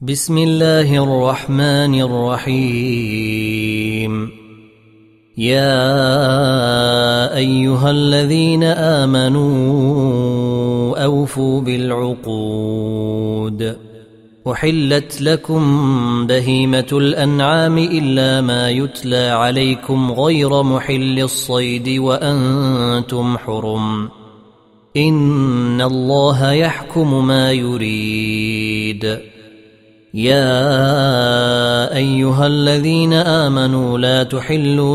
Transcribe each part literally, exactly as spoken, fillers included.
بسم الله الرحمن الرحيم. يا أيها الذين آمنوا أوفوا بالعقود. أحلت لكم بهيمة الأنعام إلا ما يتلى عليكم غير محل الصيد وأنتم حرم. إن الله يحكم ما يريد. يا أيها الذين آمنوا لا تحلوا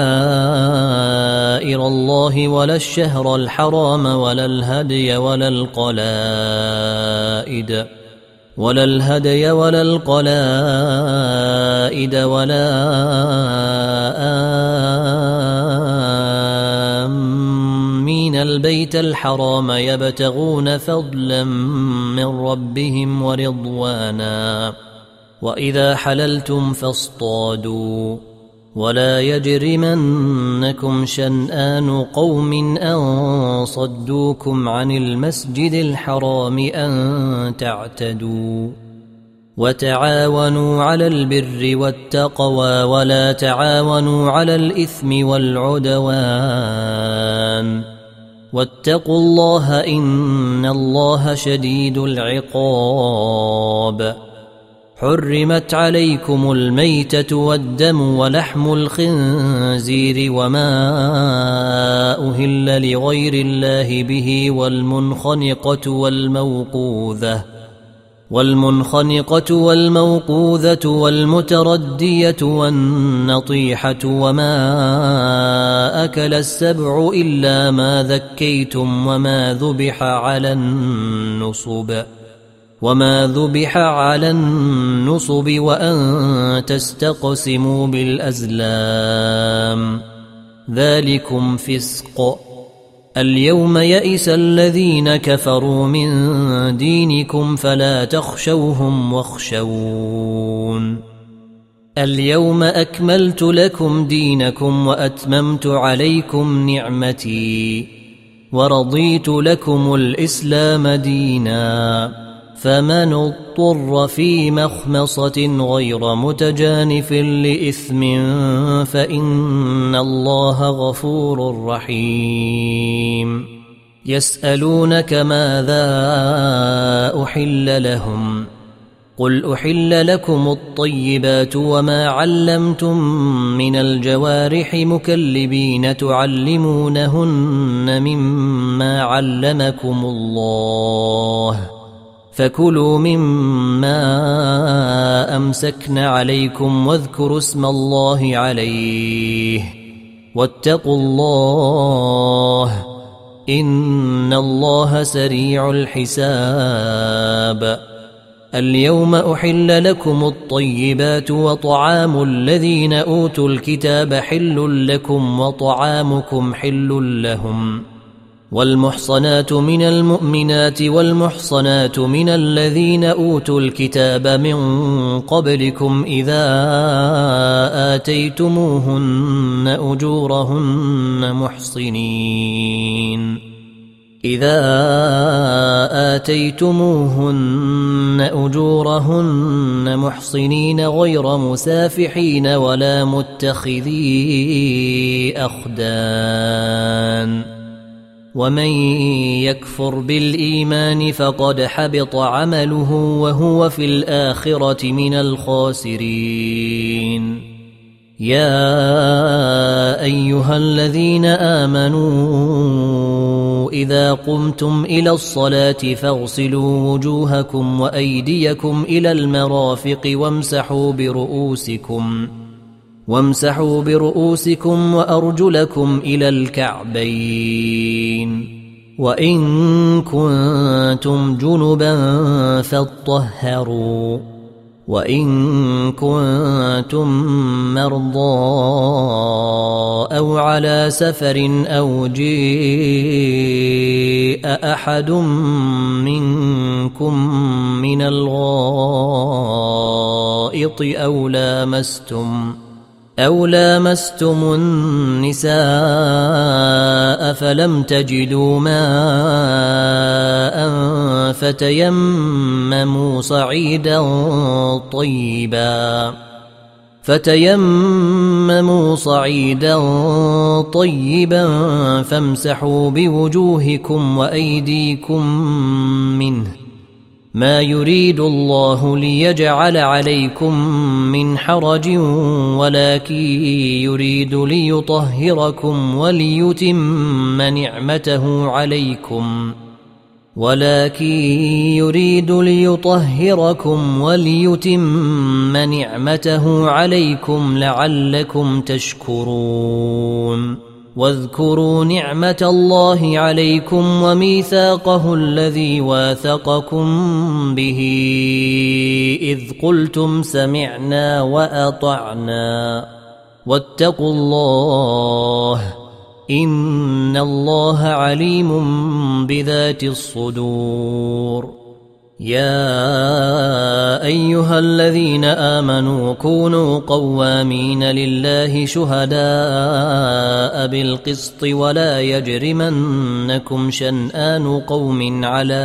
شعائر الله ولا الشهر الحرام ولا الهدي ولا القلائد ولا الهدي ولا القلائد ولا آمين البيت الحرام يبتغون فضلا من ربهم ورضوانا. وإذا حللتم فاصطادوا ولا يجرمنكم شنآن قوم أن صدوكم عن المسجد الحرام أن تعتدوا. وتعاونوا على البر والتقوى ولا تعاونوا على الإثم والعدوان. واتقوا الله إن الله شديد العقاب. حرمت عليكم الميتة والدم ولحم الخنزير وما أهل لغير الله به والمنخنقة والموقوذة والمنخنقة والموقوذة والمتردية والنطيحة وما أكل السبع إلا ما ذكيتم وما ذبح على النصب وما ذبح على النصب وأن تستقسموا بالأزلام ذلكم فسق. اليوم يئس الذين كفروا من دينكم فلا تخشوهم واخشون. اليوم أكملت لكم دينكم وأتممت عليكم نعمتي ورضيت لكم الإسلام دينا. فمن اضطر في مخمصة غير متجانف لإثم فإن الله غفور رحيم. يسألونك ماذا أحل لهم قل أحل لكم الطيبات وما علمتم من الجوارح مكلبين تعلمونهن مما علمكم الله فكلوا مما أمسكن عليكم واذكروا اسم الله عليه واتقوا الله إن الله سريع الحساب. اليوم أحل لكم الطيبات وطعام الذين أوتوا الكتاب حل لكم وطعامكم حل لهم. والمحصنات من المؤمنات والمحصنات من الذين أوتوا الكتاب من قبلكم إذا آتيتموهن أجورهن محصنين إذا آتيتموهن أجورهن محصنين غير مسافحين ولا متخذي أخدان. ومن يكفر بالإيمان فقد حبط عمله وهو في الآخرة من الخاسرين. يا أيها الذين آمنوا إذا قمتم إلى الصلاة فاغسلوا وجوهكم وأيديكم إلى المرافق وامسحوا برؤوسكم وامسحوا برؤوسكم وأرجلكم إلى الكعبين. وإن كنتم جنبا فاطهروا وإن كنتم مرضى أو على سفر أو جاء أحد منكم من الغائط أو لامستم أو لامستم النساء فلم تجدوا ماء فتيمموا صعيدا طيبا فتيمموا صعيدا طيبا فامسحوا بوجوهكم وأيديكم منه ما يريد الله ليجعل عليكم من حرج ولكن يريد ليطهركم وليتم نعمته عليكم ولكن يريد ليطهركم وليتم نعمته عليكم لعلكم تشكرون واذكروا نعمة الله عليكم وميثاقه الذي واثقكم به إذ قلتم سمعنا وأطعنا واتقوا الله إن الله عليم بذات الصدور يا أيها الذين آمنوا كونوا قوامين لله شهداء بالقسط ولا يجرمنكم شنآن قوم على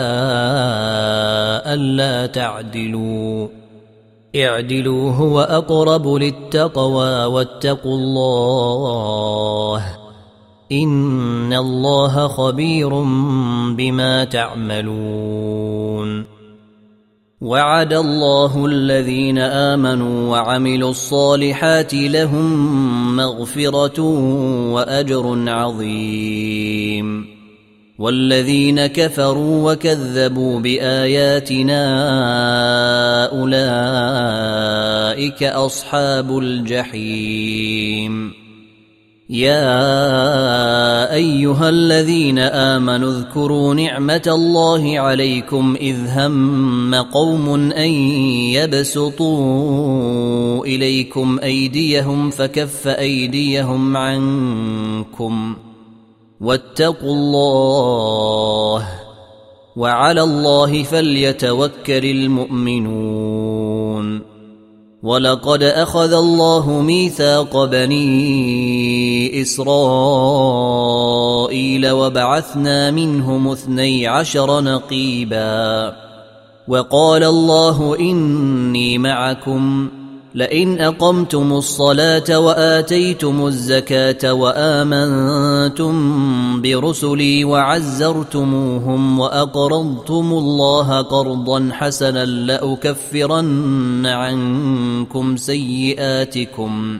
ألا تعدلوا اعدلوا هو أقرب للتقوى واتقوا الله إن الله خبير بما تعملون وعد الله الذين آمنوا وعملوا الصالحات لهم مغفرة وأجر عظيم والذين كفروا وكذبوا بآياتنا أولئك أصحاب الجحيم يا أيها الذين آمنوا اذكروا نعمة الله عليكم إذ هم قوم أن يبسطوا إليكم أيديهم فكف أيديهم عنكم واتقوا الله وعلى الله فليتوكل المؤمنون ولقد أخذ الله ميثاق بني إسرائيل وبعثنا منهم اثني عشر نقيبا وقال الله إني معكم لئن أقمتم الصلاة وآتيتم الزكاة وآمنتم برسلي وعزرتموهم وأقرضتم الله قرضا حسنا لأكفرن عنكم سيئاتكم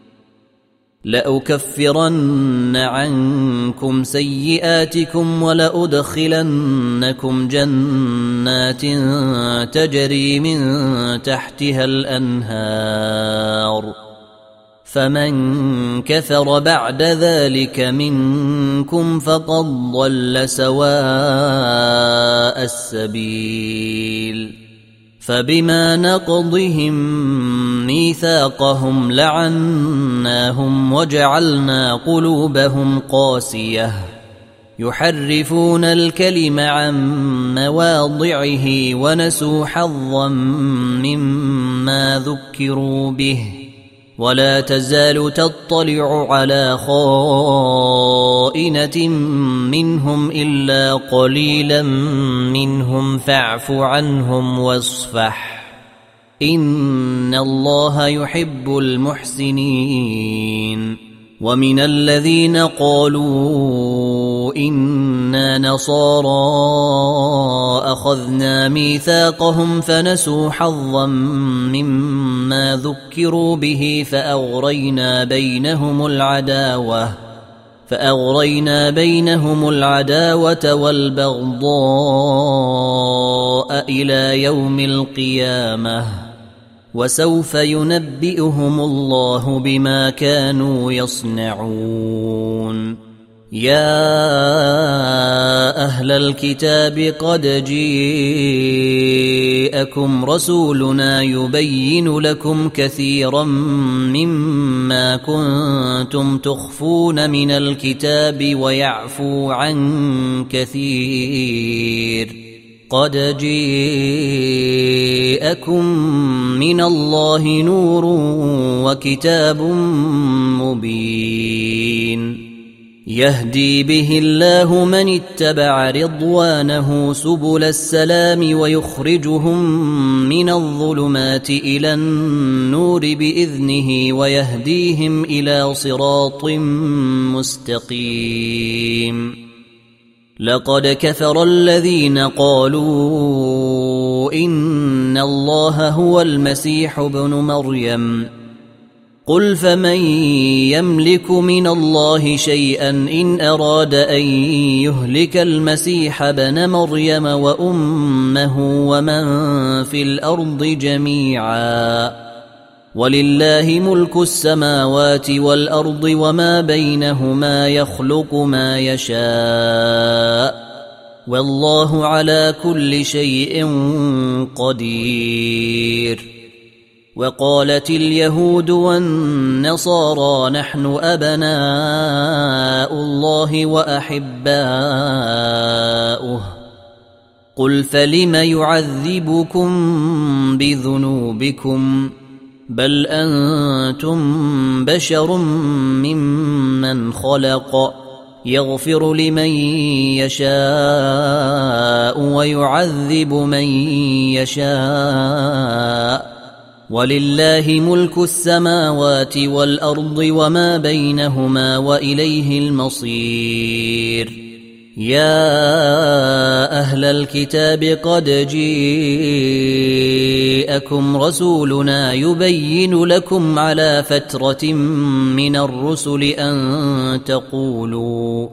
لأكفرن عنكم سيئاتكم ولأدخلنكم جنات تجري من تحتها الأنهار فمن كفر بعد ذلك منكم فقد ضل سواء السبيل فبما نقضهم ميثاقهم لعناهم وجعلنا قلوبهم قاسية يحرفون الكلم عن مواضعه ونسوا حظا مما ذكروا به ولا تزال تطلع على خائنة منهم إلا قليلا منهم فاعف عنهم واصفح إن الله يحب المحسنين ومن الذين قالوا إنا نصارى أخذنا ميثاقهم فنسوا حظا مما ذكروا به فأغرينا بينهم العداوة فأغرينا بينهم العداوة والبغضاء إلى يوم القيامة وسوف ينبئهم الله بما كانوا يصنعون يا أهل الكتاب قد جاءكم رسولنا يبين لكم كثيرا مما كنتم تخفون من الكتاب ويعفو عن كثير قد جاءكم من الله نور وكتاب مبين يهدي به الله من اتبع رضوانه سبل السلام ويخرجهم من الظلمات إلى النور بإذنه ويهديهم إلى صراط مستقيم. لقد كفر الذين قالوا إن الله هو المسيح ابن مريم قل فمن يملك من الله شيئا إن أراد أن يهلك المسيح ابن مريم وأمه ومن في الأرض جميعا ولله ملك السماوات والأرض وما بينهما يخلق ما يشاء والله على كل شيء قدير. وقالت اليهود والنصارى نحن أبناء الله وأحباؤه قل فلم يعذبكم بذنوبكم بل أنتم بشر ممن خلق يغفر لمن يشاء ويعذب من يشاء ولله ملك السماوات والأرض وما بينهما وإليه المصير. يا أهل الكتاب قد جاءكم رسولنا يبين لكم على فترة من الرسل أن تقولوا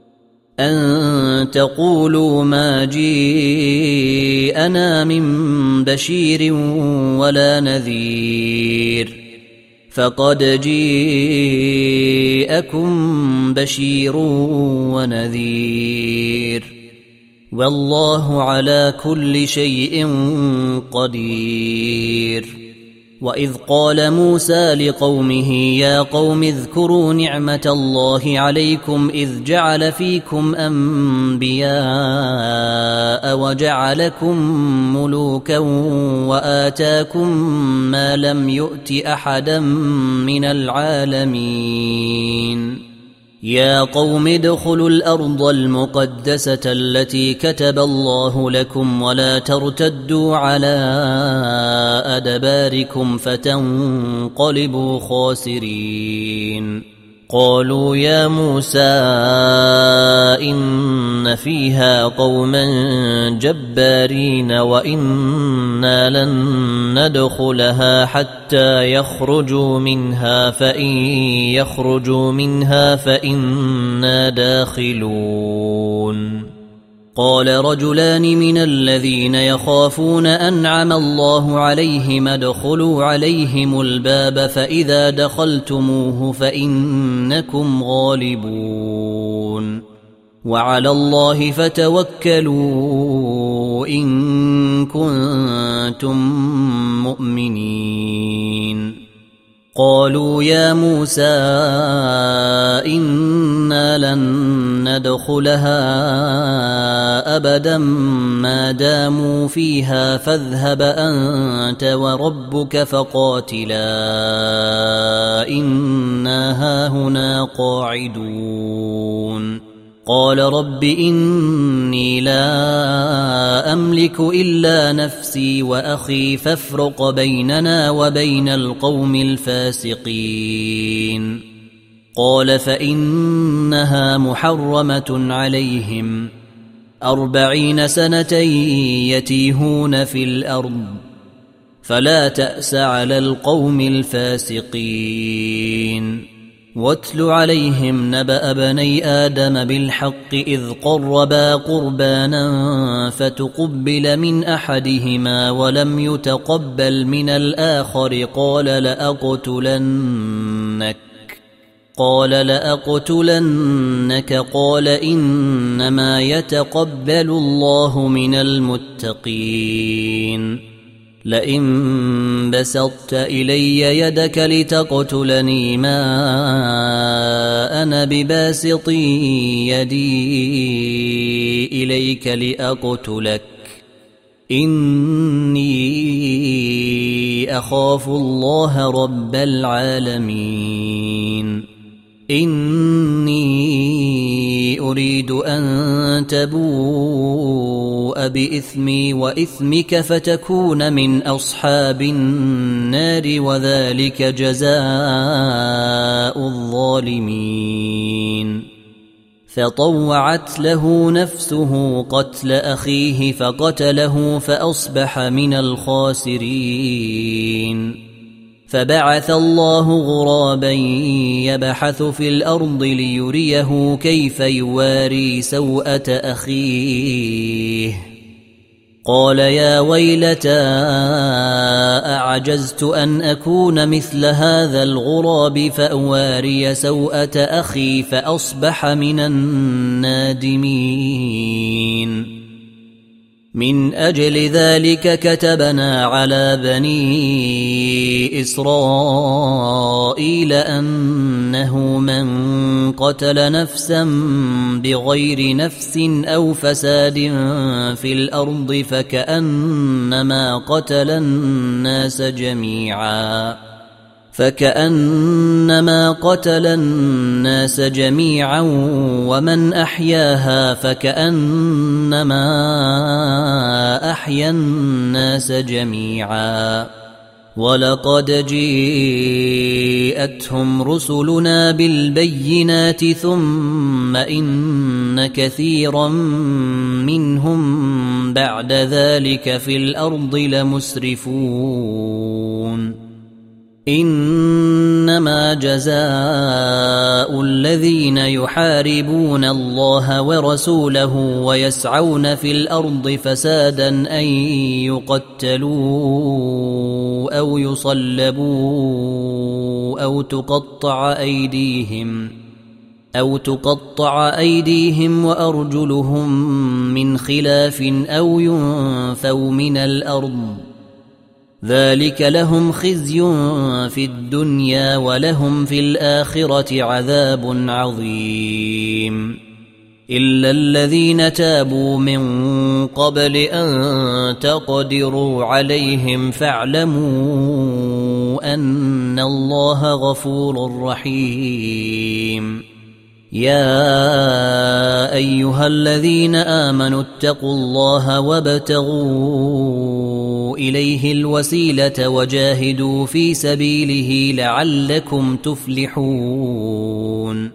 أن تقولوا ما جاءنا من بشير ولا نذير فقد جاءكم بشير ونذير والله على كل شيء قدير. وإذ قال موسى لقومه يا قوم اذكروا نعمة الله عليكم إذ جعل فيكم أنبياء وجعلكم ملوكا وآتاكم ما لم يؤت أحدا من العالمين. يا قوم ادخلوا الأرض المقدسة التي كتب الله لكم ولا ترتدوا على أدباركم فتنقلبوا خاسرين. قالوا يا موسى إن فيها قوما جبارين وإنا لن ندخلها حتى يخرجوا منها فإن يخرجوا منها فإنا داخلون. قال رجلان من الذين يخافون أنعم الله عليهم ادخلوا عليهم الباب فإذا دخلتموه فإنكم غالبون وعلى الله فتوكلوا إن كنتم مؤمنين. قالوا يا موسى إنا لن ندخلها أبدا ما داموا فيها فاذهب أنت وربك فقاتلا إنا هاهنا قاعدون. قال رب إني لا أملك إلا نفسي وأخي فافرق بيننا وبين القوم الفاسقين. قال فإنها محرمة عليهم أربعين سنة يتيهون في الأرض فلا تأس على القوم الفاسقين. واتل عليهم نبأ بني آدم بالحق إذ قربا قربانا فتقبل من أحدهما ولم يتقبل من الآخر قال لأقتلنك قال لأقتلنك قال إنما يتقبل الله من المتقين. لئن بسطت إلي يدك لتقتلني ما أنا بباسط يدي إليك لأقتلك إني أخاف الله رب العالمين. إني أريد أن تبوء بإثمي وإثمك فتكون من أصحاب النار وذلك جزاء الظالمين فطوعت له نفسه قتل أخيه فقتله فأصبح من الخاسرين فبعث الله غرابا يبحث في الأرض ليريه كيف يواري سوءة أخيه قال يا ويلتى أعجزت أن أكون مثل هذا الغراب فأواري سوءة أخي فأصبح من النادمين من أجل ذلك كتبنا على بني إسرائيل أنه من قتل نفسا بغير نفس أو فساد في الأرض فكأنما قتل الناس جميعا فكأنما قتل الناس جميعا ومن أحياها فكأنما أحيا الناس جميعا ولقد جيءتهم رسلنا بالبينات ثم إن كثيرا منهم بعد ذلك في الأرض لمسرفون إنما جزاء الذين يحاربون الله ورسوله ويسعون في الأرض فسادا أن يقتلوا أو يصلبوا أو تقطع أيديهم أو تقطع أيديهم وأرجلهم من خلاف أو ينفوا من الأرض ذلك لهم خزي في الدنيا ولهم في الآخرة عذاب عظيم إلا الذين تابوا من قبل أن تقدروا عليهم فاعلموا أن الله غفور رحيم يا أيها الذين آمنوا اتقوا الله وابتغوا إليه الوسيلة وجاهدوا في سبيله لعلكم تفلحون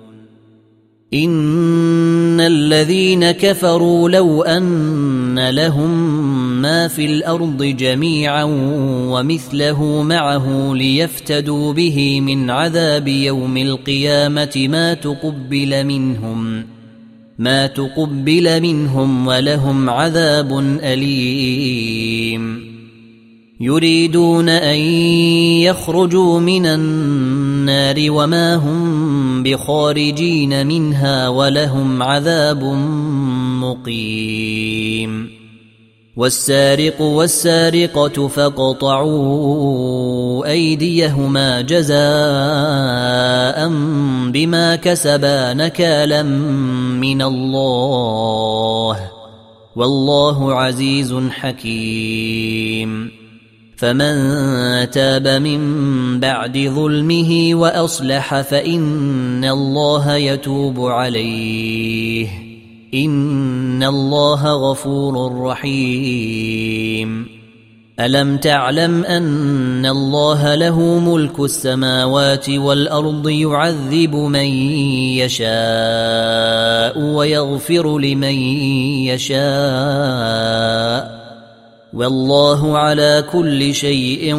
إن الذين كفروا لو أن لهم ما في الأرض جميعا ومثله معه ليفتدوا به من عذاب يوم القيامة ما تقبل منهم ما تقبل منهم ولهم عذاب أليم يريدون أن يخرجوا من النار وما هم بخارجين منها ولهم عذاب مقيم والسارق والسارقة فاقطعوا أيديهما جزاء بما كسبا نكالا من الله والله عزيز حكيم فمن تاب من بعد ظلمه وأصلح فإن الله يتوب عليه إن الله غفور رحيم ألم تعلم أن الله له ملك السماوات والأرض يعذب من يشاء ويغفر لمن يشاء والله على كل شيء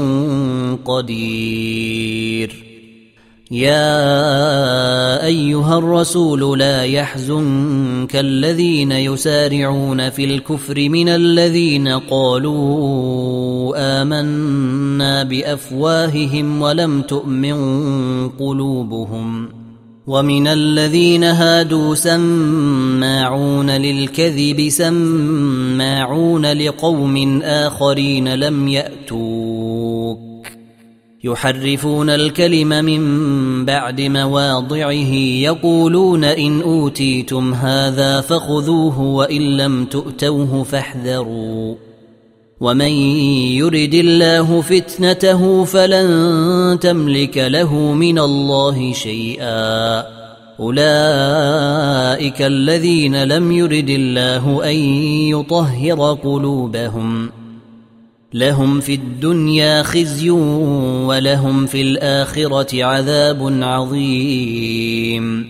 قدير يا أيها الرسول لا يحزنك الذين يسارعون في الكفر من الذين قالوا آمنا بأفواههم ولم تؤمن قلوبهم ومن الذين هادوا سماعون للكذب سماعون لقوم آخرين لم يأتوك يحرفون الكلم من بعد مواضعه يقولون إن أوتيتم هذا فخذوه وإن لم تؤتوه فاحذروا ومن يرد الله فتنته فلن تملك له من الله شيئا أولئك الذين لم يرد الله أن يطهر قلوبهم لهم في الدنيا خزي ولهم في الآخرة عذاب عظيم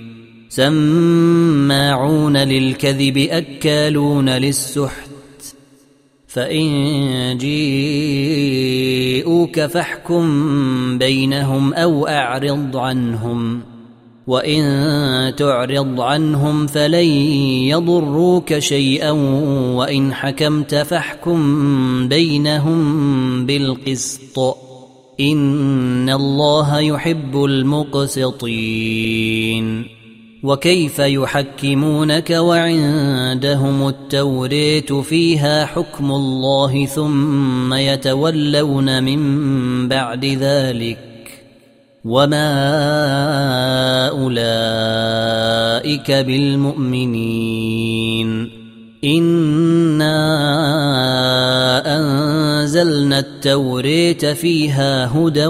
سماعون للكذب أكالون للسحت فإن جيءوك فاحكم بينهم أو أعرض عنهم وإن تعرض عنهم فلن يضروك شيئا وإن حكمت فاحكم بينهم بالقسط إن الله يحب المقسطين وكيف يحكمونك وعندهم التوريت فيها حكم الله ثم يتولون من بعد ذلك وما أولئك بالمؤمنين إنا أنزلنا التوريت فيها هدى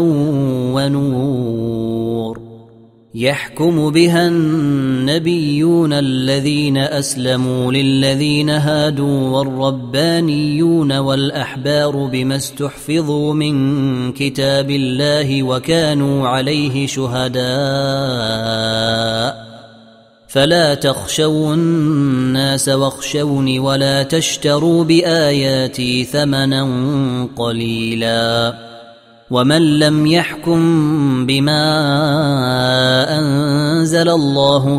ونور يحكم بها النبيون الذين أسلموا للذين هادوا والربانيون والأحبار بما استحفظوا من كتاب الله وكانوا عليه شهداء فلا تخشوا الناس واخشوني ولا تشتروا بآياتي ثمنا قليلا ومن لم يحكم بما أنزل الله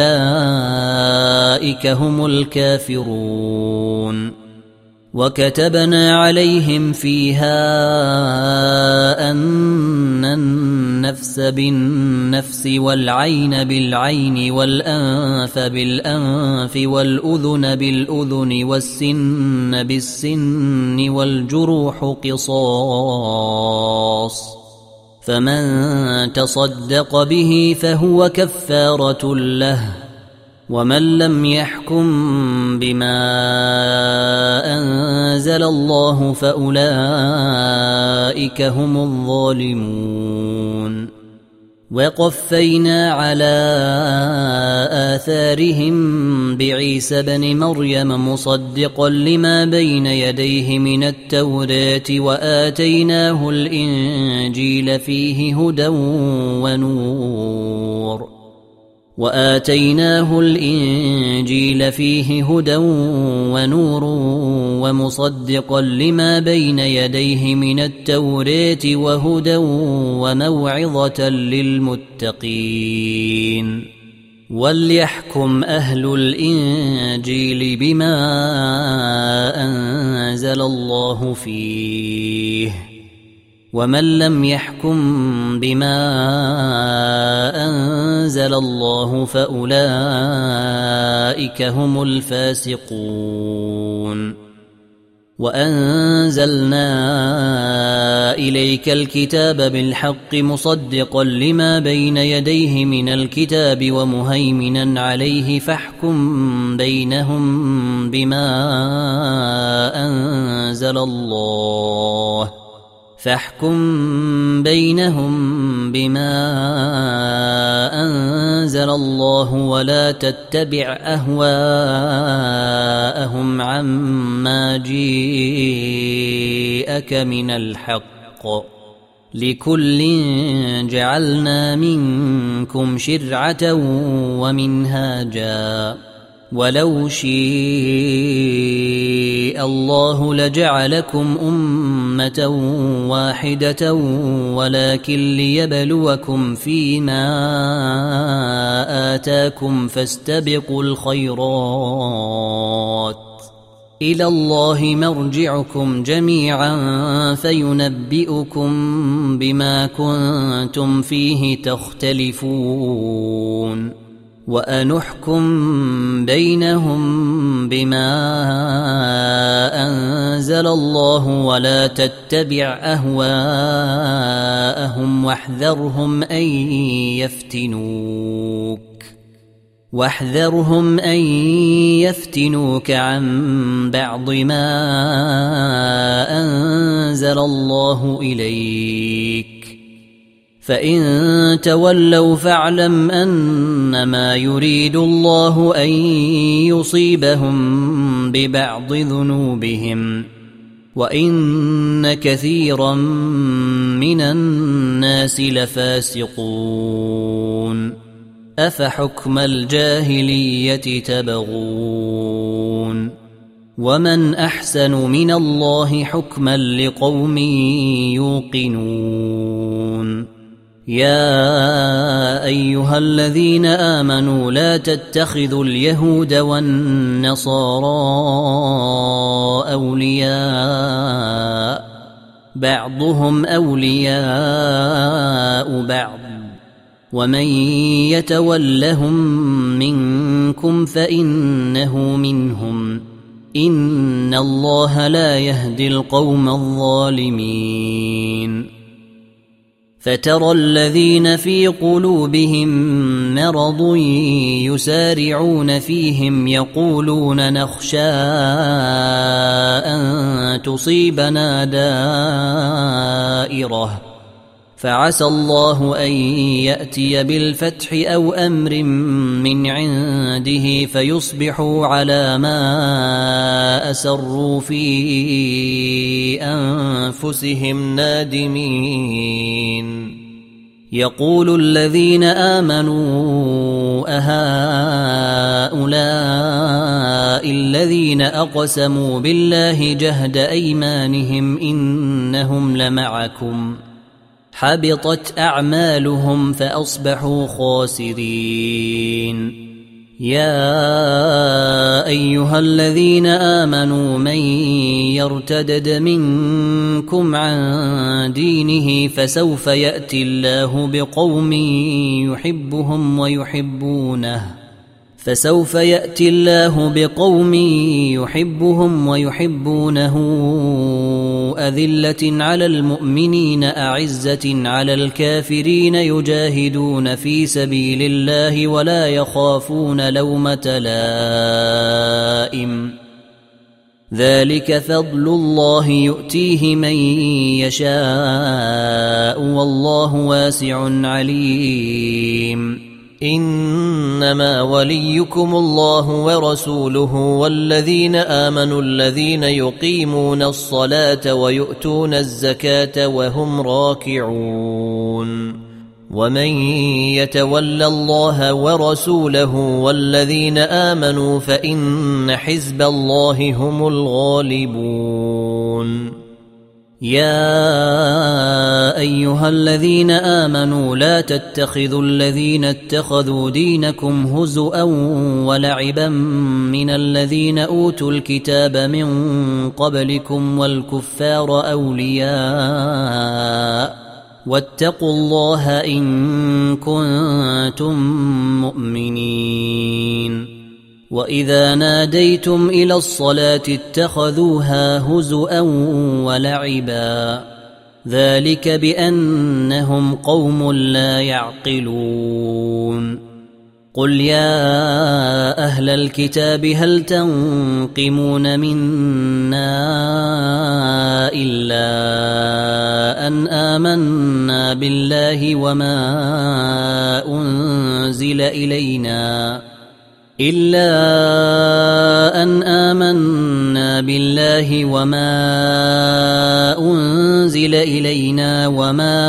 فأولئك هم الكافرون وكتبنا عليهم فيها أن النفس بالنفس والعين بالعين والأنف بالأنف والأذن بالأذن والسن بالسن والجروح قصاص فمن تصدق به فهو كفارة له ومن لم يحكم بما أنزل الله فأولئك هم الظالمون وقفينا على آثارهم بعيسى بن مريم مصدقا لما بين يديه من التوراة وآتيناه الإنجيل فيه هدى ونور وآتيناه الإنجيل فيه هدى ونور ومصدقا لما بين يديه من التوراة وهدى وموعظة للمتقين وليحكم أهل الإنجيل بما أنزل الله فيه ومن لم يحكم بما أنزل الله فأولئك هم الفاسقون وأنزلنا إليك الكتاب بالحق مصدقا لما بين يديه من الكتاب ومهيمنا عليه فاحكم بينهم بما أنزل الله فاحكم بينهم بما أنزل الله ولا تتبع أهواءهم عما جيءك من الحق لكل جعلنا منكم شرعة ومنهاجا ولو شيء الله لجعلكم أمة واحدة ولكن ليبلوكم فيما آتاكم فاستبقوا الخيرات إلى الله مرجعكم جميعا فينبئكم بما كنتم فيه تختلفون وأنحكم بينهم بما أنزل الله ولا تتبع أهواءهم واحذرهم أن يفتنوك واحذرهم أن يفتنوك عن بعض ما أنزل الله إليك فإن تولوا فاعلم أنما يريد الله أن يصيبهم ببعض ذنوبهم وإن كثيرا من الناس لفاسقون أفحكم الجاهلية تبغون ومن أحسن من الله حكما لقوم يوقنون يا أيها الذين آمنوا لا تتخذوا اليهود والنصارى أولياء بعضهم أولياء بعض ومن يتولهم منكم فإنه منهم إن الله لا يهدي القوم الظالمين فترى الذين في قلوبهم مرض يسارعون فيهم يقولون نخشى أن تصيبنا دائرة فعسى الله أن يأتي بالفتح أو أمر من عنده فيصبحوا على ما أسروا في أنفسهم نادمين يقول الذين آمنوا أهؤلاء الذين أقسموا بالله جهد أيمانهم إنهم لمعكم حبطت أعمالهم فأصبحوا خاسرين يا أيها الذين آمنوا من يرتدد منكم عن دينه فسوف يأتي الله بقوم يحبهم ويحبونه فسوف يأتي الله بقوم يحبهم ويحبونه أذلة على المؤمنين أعزة على الكافرين يجاهدون في سبيل الله ولا يخافون لومة لائم ذلك فضل الله يؤتيه من يشاء والله واسع عليم إنما وليكم الله ورسوله والذين آمنوا الذين يقيمون الصلاة ويؤتون الزكاة وهم راكعون ومن يتول الله ورسوله والذين آمنوا فإن حزب الله هم الغالبون يا أيها الذين آمنوا لا تتخذوا الذين اتخذوا دينكم هزؤا ولعبا من الذين أوتوا الكتاب من قبلكم والكفار أولياء واتقوا الله إن كنتم مؤمنين وإذا ناديتم إلى الصلاة اتخذوها هزؤا ولعبا ذلك بأنهم قوم لا يعقلون قل يا أهل الكتاب هل تنقمون منا إلا أن آمنا بالله وما أنزل إلينا إلا أن آمنا بالله وما أنزل إلينا وما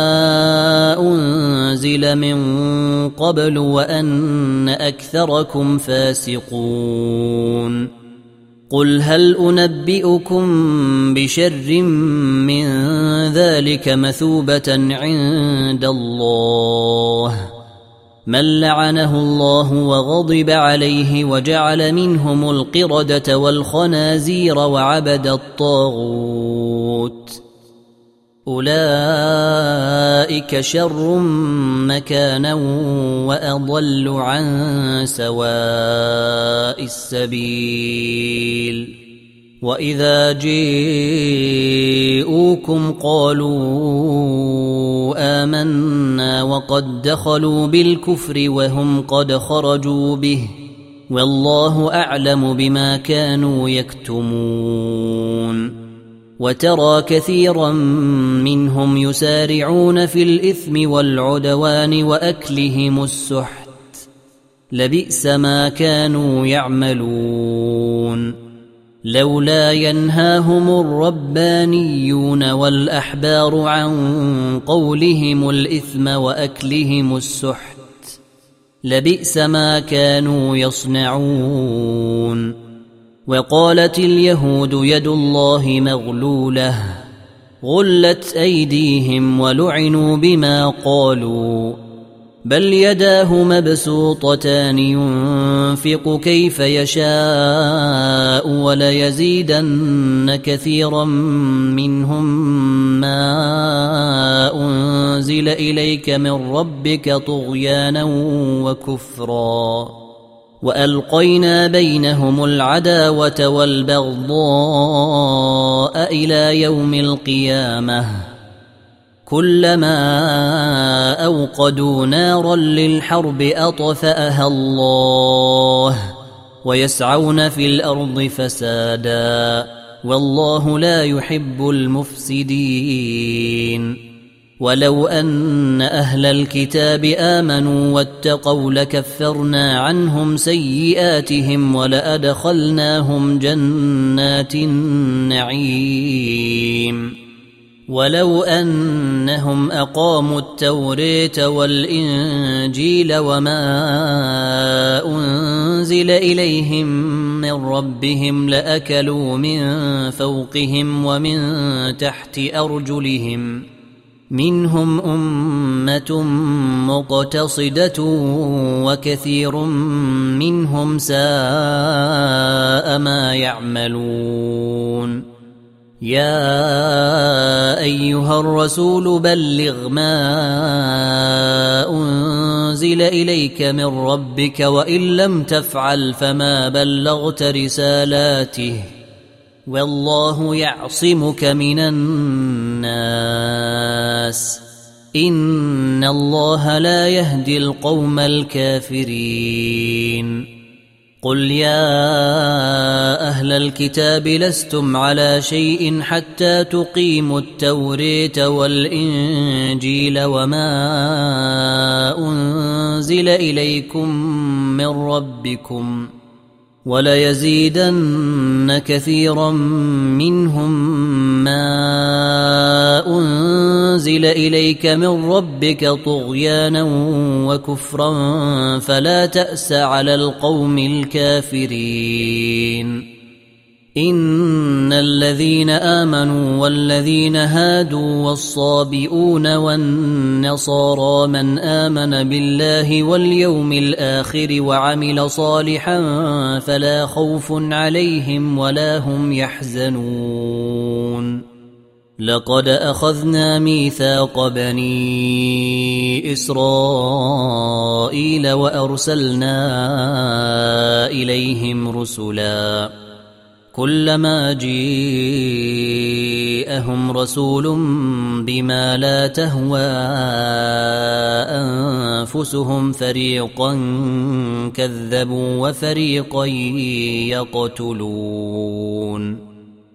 أنزل من قبل وأن أكثركم فاسقون قل هل أنبئكم بشر من ذلك مثوبة عند الله من لعنه الله وغضب عليه وجعل منهم القردة والخنازير وعبد الطاغوت أولئك شر مكانا وأضل عن سواء السبيل وإذا جاءوكم قالوا آمنا وقد دخلوا بالكفر وهم قد خرجوا به والله أعلم بما كانوا يكتمون وترى كثيرا منهم يسارعون في الإثم والعدوان وأكلهم السحت لبئس ما كانوا يعملون لولا ينهاهم الربانيون والأحبار عن قولهم الإثم وأكلهم السحت لبئس ما كانوا يصنعون وقالت اليهود يد الله مغلولة غلت أيديهم ولعنوا بما قالوا بل يداه مبسوطتان ينفق كيف يشاء وليزيدن كثيرا منهم ما أنزل إليك من ربك طغيانا وكفرا وألقينا بينهم العداوة والبغضاء إلى يوم القيامة كلما أوقدوا نارا للحرب أطفأها الله ويسعون في الأرض فسادا والله لا يحب المفسدين ولو أن أهل الكتاب آمنوا واتقوا لكفرنا عنهم سيئاتهم ولأدخلناهم جنات النعيم ولو أنهم أقاموا التوراة والإنجيل وما أنزل إليهم من ربهم لأكلوا من فوقهم ومن تحت أرجلهم منهم أمة مقتصدة وكثير منهم ساء ما يعملون يا أيها الرسول بلغ ما أنزل إليك من ربك وإن لم تفعل فما بلغت رسالاته والله يعصمك من الناس إن الله لا يهدي القوم الكافرين قل يا أهل الكتاب لستم على شيء حتى تقيموا التوراة والإنجيل وما أنزل إليكم من ربكم وليزيدن كثيرا منهم ما أنزل إليك من ربك طغيانا وكفرا فلا تأس على القوم الكافرين إن الذين آمنوا والذين هادوا والصابئون والنصارى من آمن بالله واليوم الآخر وعمل صالحا فلا خوف عليهم ولا هم يحزنون لقد أخذنا ميثاق بني إسرائيل وأرسلنا إليهم رسلاً كلما جاءهم رسول بما لا تهوى أنفسهم فريقا كذبوا وفريقا يقتلون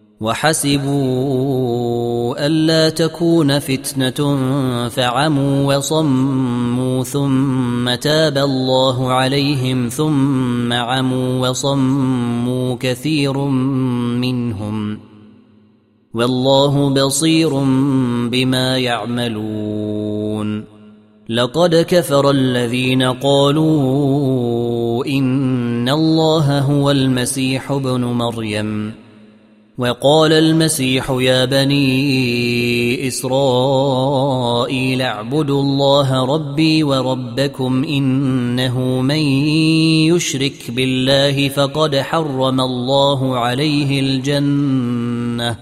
وحسبوا ألا تكون فتنة فعموا وصموا ثم تاب الله عليهم ثم عموا وصموا كثير منهم والله بصير بما يعملون لقد كفر الذين قالوا إن الله هو المسيح ابن مريم وقال المسيح يا بني إسرائيل اعبدوا الله ربي وربكم إنه من يشرك بالله فقد حرم الله عليه الجنة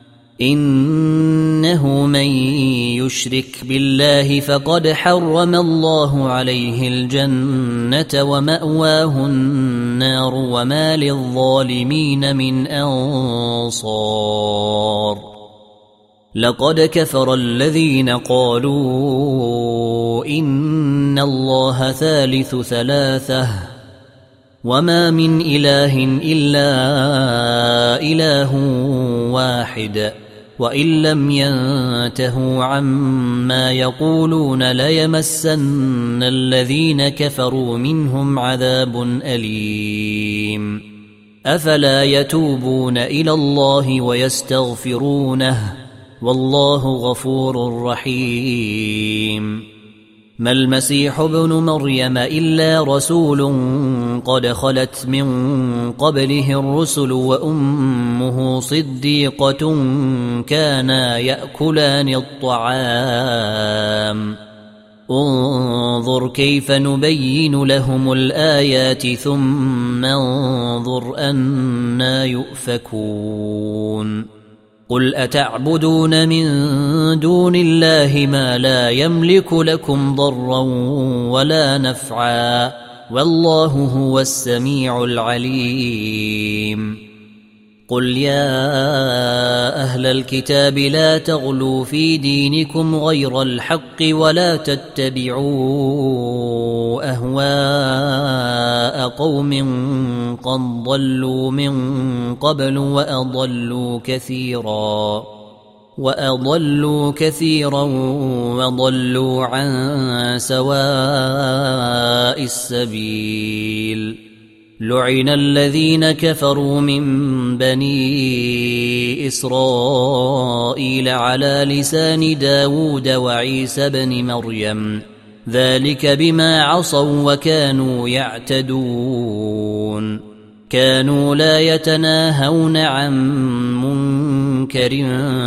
إنه من يشرك بالله فقد حرم الله عليه الجنة ومأواه النار وما للظالمين من أنصار لقد كفر الذين قالوا إن الله ثالث ثلاثة وما من إله إلا إله واحد وإن لم ينتهوا عما يقولون ليمسن الذين كفروا منهم عذاب أليم أفلا يتوبون إلى الله ويستغفرونه والله غفور رحيم ما المسيح ابن مريم إلا رسول قد خلت من قبله الرسل وأمه صديقة كانا يأكلان الطعام انظر كيف نبين لهم الآيات ثم انظر أنى يؤفكون قل أتعبدون من دون الله ما لا يملك لكم ضرا ولا نفعا والله هو السميع العليم قل يا أهل الكتاب لا تغلوا في دينكم غير الحق ولا تتبعوا أهواء قوم قد ضلوا من قبل وأضلوا كثيرا وأضلوا كثيرا وضلوا عن سواء السبيل لعن الذين كفروا من بني إسرائيل على لسان داود وعيسى بن مريم ذلك بما عصوا وكانوا يعتدون كانوا لا يتناهون عن منكر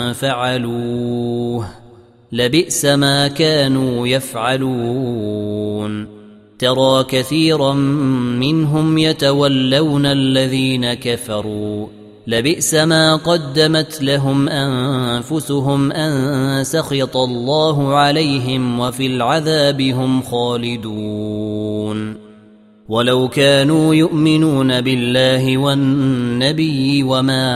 فعلوه لبئس ما كانوا يفعلون ترى كثيرا منهم يتولون الذين كفروا لبئس ما قدمت لهم أنفسهم أن سخط الله عليهم وفي العذاب هم خالدون ولو كانوا يؤمنون بالله والنبي وما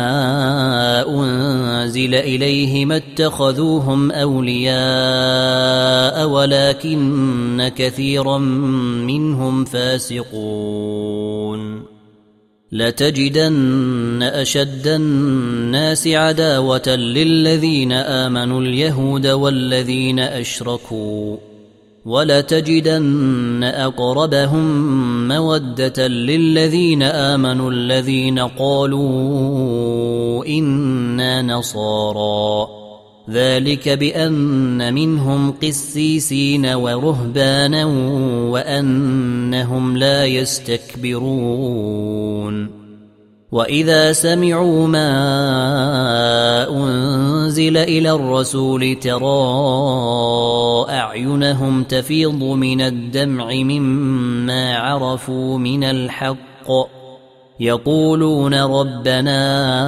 أنزل إليه ما اتخذوهم أولياء ولكن كثيرا منهم فاسقون لتجدن أشد الناس عداوة للذين آمنوا اليهود والذين أشركوا ولتجدن أقربهم مودة للذين آمنوا الذين قالوا إنا نصارى ذلك بأن منهم قسيسين ورهبانا وأنهم لا يستكبرون وإذا سمعوا ما أنزل إلى الرسول ترى أعينهم تفيض من الدمع مما عرفوا من الحق يقولون ربنا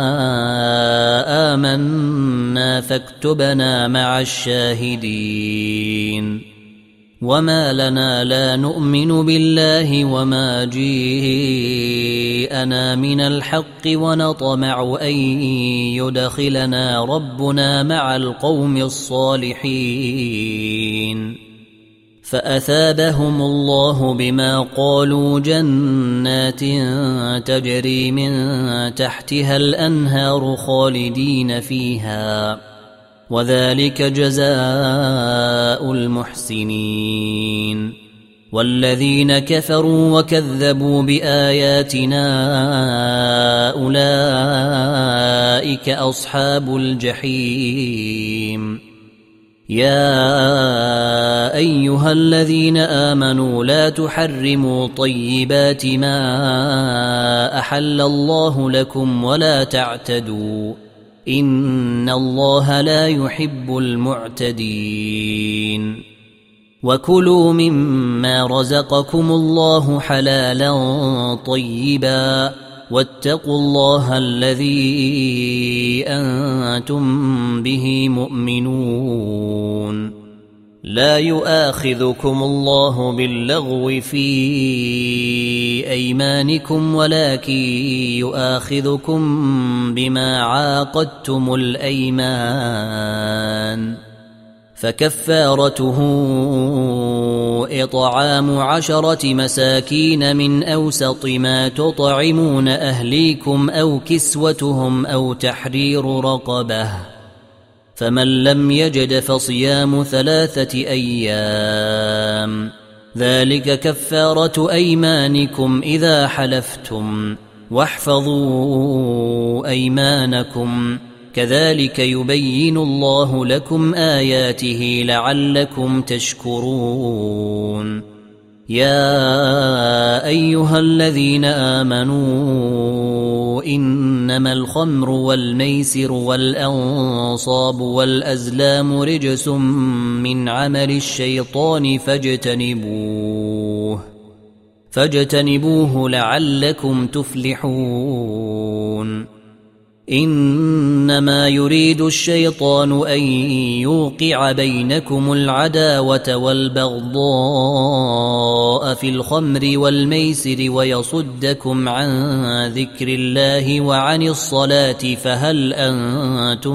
آمنا فاكتبنا مع الشاهدين وما لنا لا نؤمن بالله وما جيءنا من الحق ونطمع أن يدخلنا ربنا مع القوم الصالحين فأثابهم الله بما قالوا جنات تجري من تحتها الأنهار خالدين فيها وذلك جزاء المحسنين والذين كفروا وكذبوا بآياتنا أولئك أصحاب الجحيم يا أيها الذين آمنوا لا تحرموا طيبات ما أحل الله لكم ولا تعتدوا إن الله لا يحب المعتدين وكلوا مما رزقكم الله حلالا طيبا واتقوا الله الذي أنتم به مؤمنون لا يؤاخذكم الله باللغو في أيمانكم ولكن يؤاخذكم بما عاقدتم الأيمان فكفارته إطعام عشرة مساكين من أوسط ما تطعمون أهليكم أو كسوتهم أو تحرير رقبة فمن لم يجد فصيام ثلاثة أيام ذلك كفارة أيمانكم إذا حلفتم واحفظوا أيمانكم كذلك يبين الله لكم آياته لعلكم تشكرون. يا أيها الذين آمنوا إنما الخمر والميسر والأنصاب والأزلام رجس من عمل الشيطان فاجتنبوه فاجتنبوه لعلكم تفلحون. إنما يريد الشيطان أن يوقع بينكم العداوة والبغضاء في الخمر والميسر ويصدكم عن ذكر الله وعن الصلاة فهل أنتم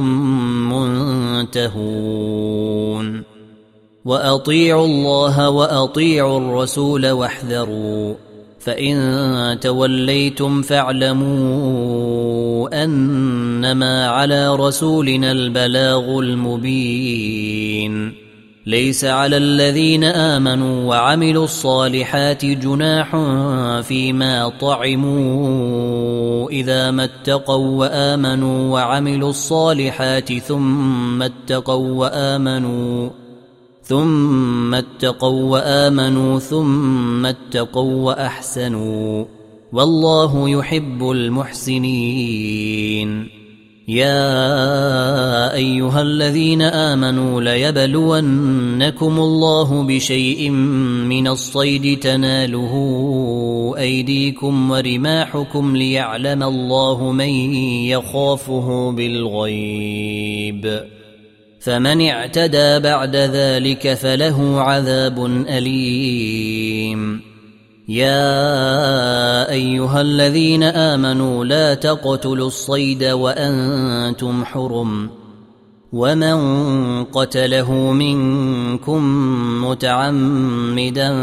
منتهون. وأطيعوا الله وأطيعوا الرسول واحذروا فإن توليتم فاعلموا أنما على رسولنا البلاغ المبين. ليس على الذين آمنوا وعملوا الصالحات جناح فيما طعموا إذا ما اتقوا وآمنوا وعملوا الصالحات ثم اتقوا وآمنوا ثم اتقوا وآمنوا ثم اتقوا وأحسنوا والله يحب المحسنين. يا أيها الذين آمنوا ليبلونكم الله بشيء من الصيد تناله أيديكم ورماحكم ليعلم الله من يخافه بالغيب فمن اعتدى بعد ذلك فله عذاب أليم. يا أيها الذين آمنوا لا تقتلوا الصيد وأنتم حرم ومن قتله منكم متعمدا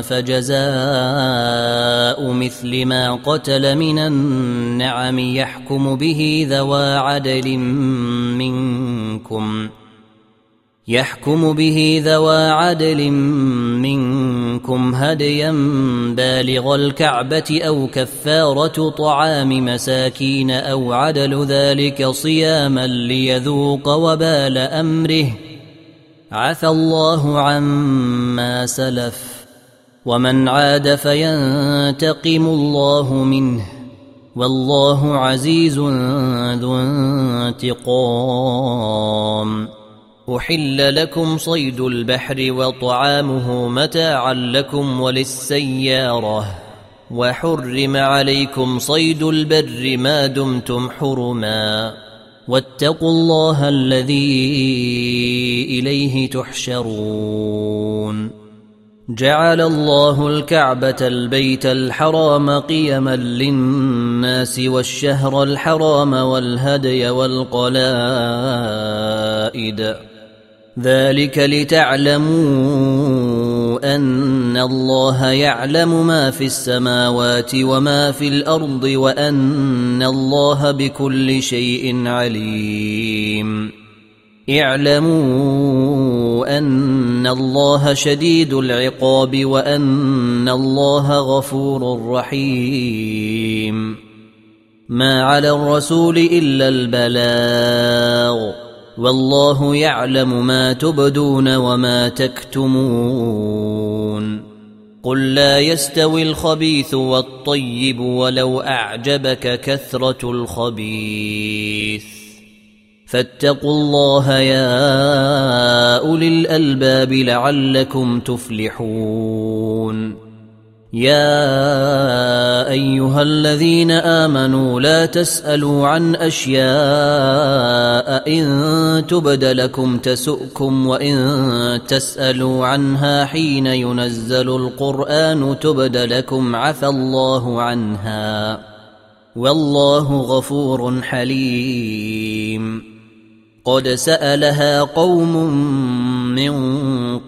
فجزاء مثل ما قتل من النعم يحكم به ذوى عدل منكم يحكم به ذوى عدل منكم هديا بالغ الكعبة أو كفارة طعام مساكين أو عدل ذلك صياما ليذوق وبال أمره عفى الله عما سلف ومن عاد فينتقم الله منه والله عزيز ذو انتقام. أحل لكم صيد البحر وطعامه متاعا لكم وللسيارة وحرم عليكم صيد البر ما دمتم حرما واتقوا الله الذي إليه تحشرون. جعل الله الكعبة البيت الحرام قيما للناس والشهر الحرام والهدي والقلائد ذلك لتعلموا أن الله يعلم ما في السماوات وما في الأرض وأن الله بكل شيء عليم. اعلموا أن الله شديد العقاب وأن الله غفور رحيم. ما على الرسول إلا البلاغ والله يعلم ما تبدون وما تكتمون. قل لا يستوي الخبيث والطيب ولو أعجبك كثرة الخبيث فاتقوا الله يا أولي الألباب لعلكم تفلحون. يا أيها الذين آمنوا لا تسألوا عن أشياء إن تبد لكم تسؤكم وإن تسألوا عنها حين ينزل القرآن تبد لكم عفى الله عنها والله غفور حليم. قد سألها قوم من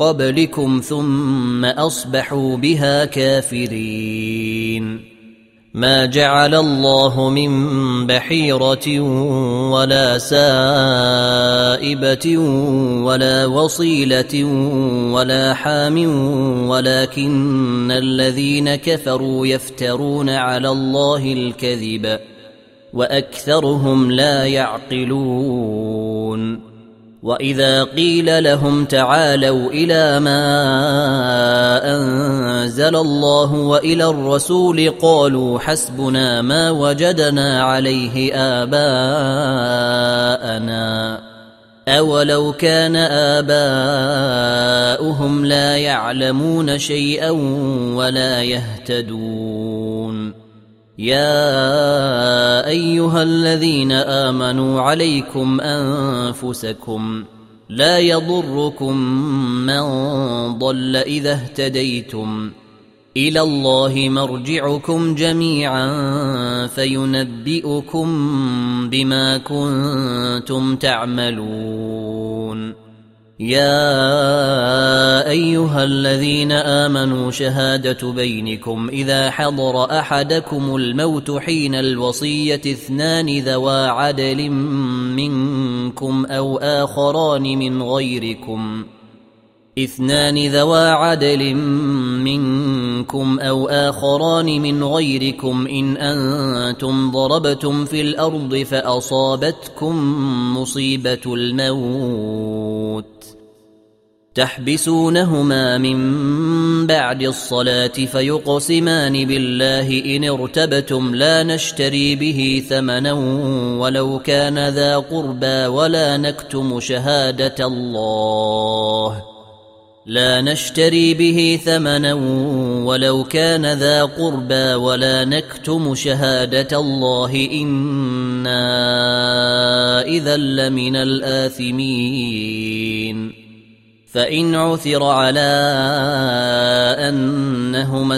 قبلكم ثم أصبحوا بها كافرين. ما جعل الله من بحيرة ولا سائبة ولا وصيلة ولا حام ولكن الذين كفروا يفترون على الله الكذب وأكثرهم لا يعقلون وإذا قيل لهم تعالوا إلى ما أنزل الله وإلى الرسول قالوا حسبنا ما وجدنا عليه آباءنا أولو كان آباؤهم لا يعلمون شيئا ولا يهتدون يا أيها الذين آمنوا عليكم أنفسكم لا يضركم من ضل إذا اهتديتم إلى الله مرجعكم جميعا فينبئكم بما كنتم تعملون يا أيها الذين آمنوا شهادة بينكم إذا حضر أحدكم الموت حين الوصية اثنان ذوا عدل منكم أو آخران من غيركم اثنان ذوا عدل منكم أو آخران من غيركم إن أنتم ضربتم في الأرض فأصابتكم مصيبة الموت تحبسونهما من بعد الصلاة فيقسمان بالله إن ارتبتم لا نشتري به ثمنا ولو كان ذا قربى ولا نكتم شهادة الله لا نشتري به ثمنا ولو كان ذا قربى ولا نكتم شهادة الله إنا إذا لمن الآثمين فإن عثر على أنهما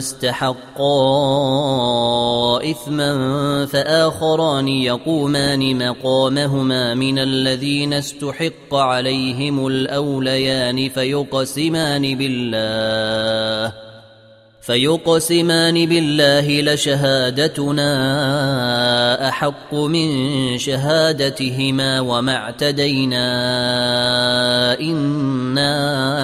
استحقا إثما فآخران يقومان مقامهما من الذين استحق عليهم الأوليان فيقسمان بالله فيقسمان بالله لشهادتنا أحق من شهادتهما وما اعتدينا إنا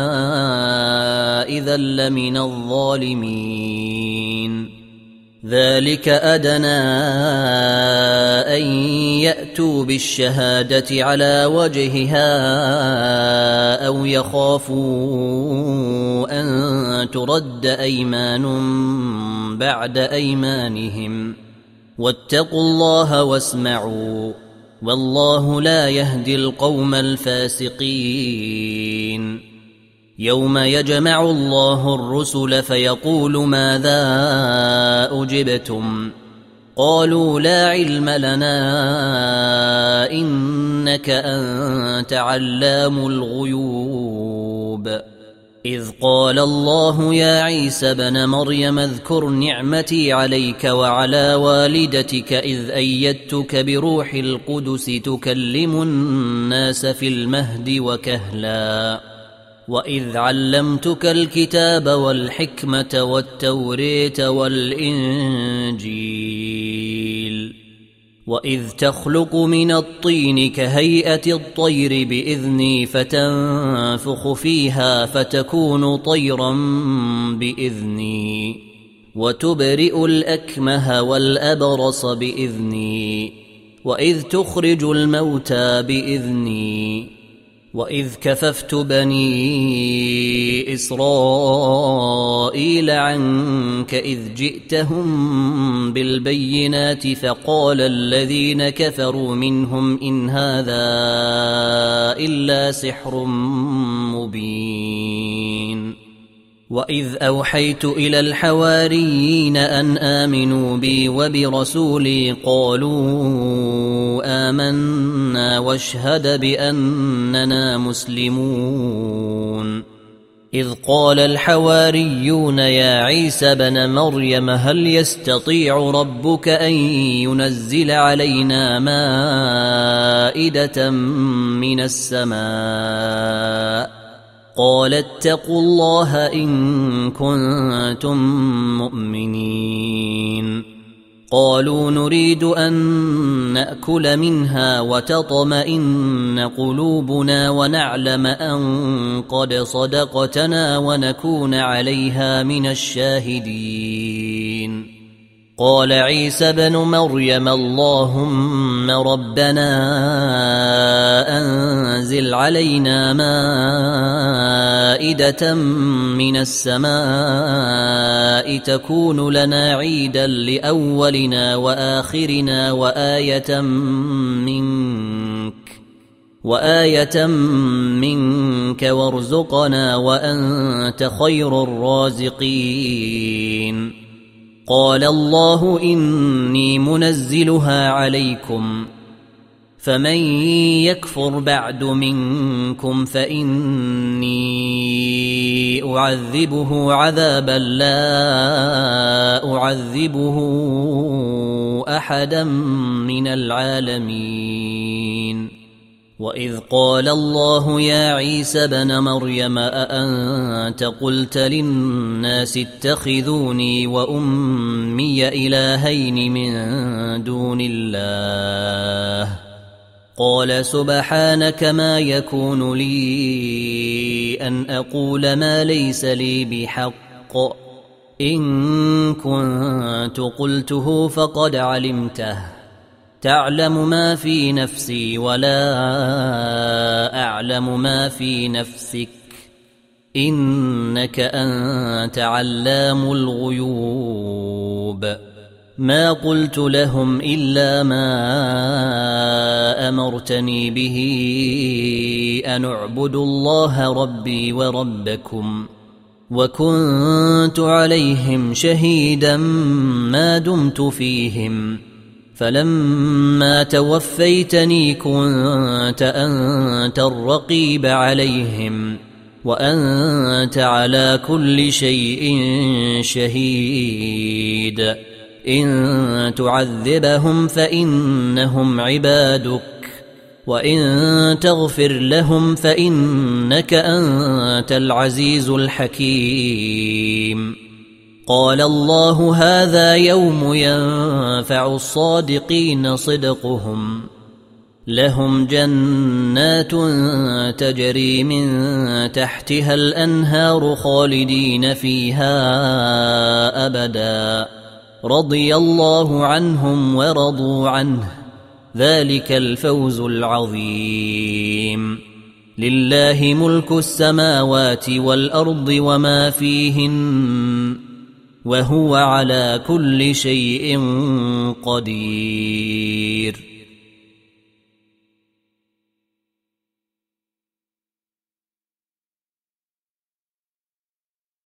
إذا لمن الظالمين ذلك أدنى أن يأتوا بالشهادة على وجهها أو يخافوا أن ترد أيمان بعد أيمانهم واتقوا الله واسمعوا والله لا يهدي القوم الفاسقين يوم يجمع الله الرسل فيقول ماذا أجبتم قالوا لا علم لنا إنك أنت علام الغيوب إذ قال الله يا عيسى ابن مريم اذكر نعمتي عليك وعلى والدتك إذ أيدتك بروح القدس تكلم الناس في المهد وكهلا وإذ علمتك الكتاب والحكمة والتوريت والإنجيل وإذ تخلق من الطين كهيئة الطير بإذني فتنفخ فيها فتكون طيرا بإذني وتبرئ الأكمه والأبرص بإذني وإذ تخرج الموتى بإذني وإذ كففت بني إسرائيل عنك إذ جئتهم بالبينات فقال الذين كفروا منهم إن هذا إلا سحر مبين وإذ أوحيت إلى الحواريين أن آمنوا بي وبرسولي قالوا آمنا واشهد بأننا مسلمون إذ قال الحواريون يا عيسى ابن مريم هل يستطيع ربك أن ينزل علينا مائدة من السماء قال اتقوا الله إن كنتم مؤمنين قالوا نريد أن نأكل منها وتطمئن قلوبنا ونعلم أن قد صدقتنا ونكون عليها من الشاهدين. قال عيسى بن مريم اللهم ربنا أنزل علينا مائدة من السماء تكون لنا عيدا لأولنا وآخرنا وآية منك وآية منك وارزقنا وأنت خير الرازقين. قال الله إني منزلها عليكم فمن يكفر بعد منكم فإني أعذبه عذابا لا أعذبه أحدا من العالمين. وإذ قال الله يا عيسى بن مريم أأنت قلت للناس اتخذوني وأمي إلهين من دون الله قال سبحانك ما يكون لي أن أقول ما ليس لي بحق إن كنت قلته فقد علمته تعلم ما في نفسي ولا أعلم ما في نفسك إنك أنت علام الغيوب. ما قلت لهم إلا ما أمرتني به أن اعبدوا الله ربي وربكم وكنت عليهم شهيدا ما دمت فيهم فلما توفيتني كنت أنت الرقيب عليهم وأنت على كل شيء شهيد. إن تعذبهم فإنهم عبادك وإن تغفر لهم فإنك أنت العزيز الحكيم. قال الله هذا يوم ينفع الصادقين صدقهم لهم جنات تجري من تحتها الأنهار خالدين فيها أبدا رضي الله عنهم ورضوا عنه ذلك الفوز العظيم. لله ملك السماوات والأرض وما فيهن وهو على كل شيء قدير.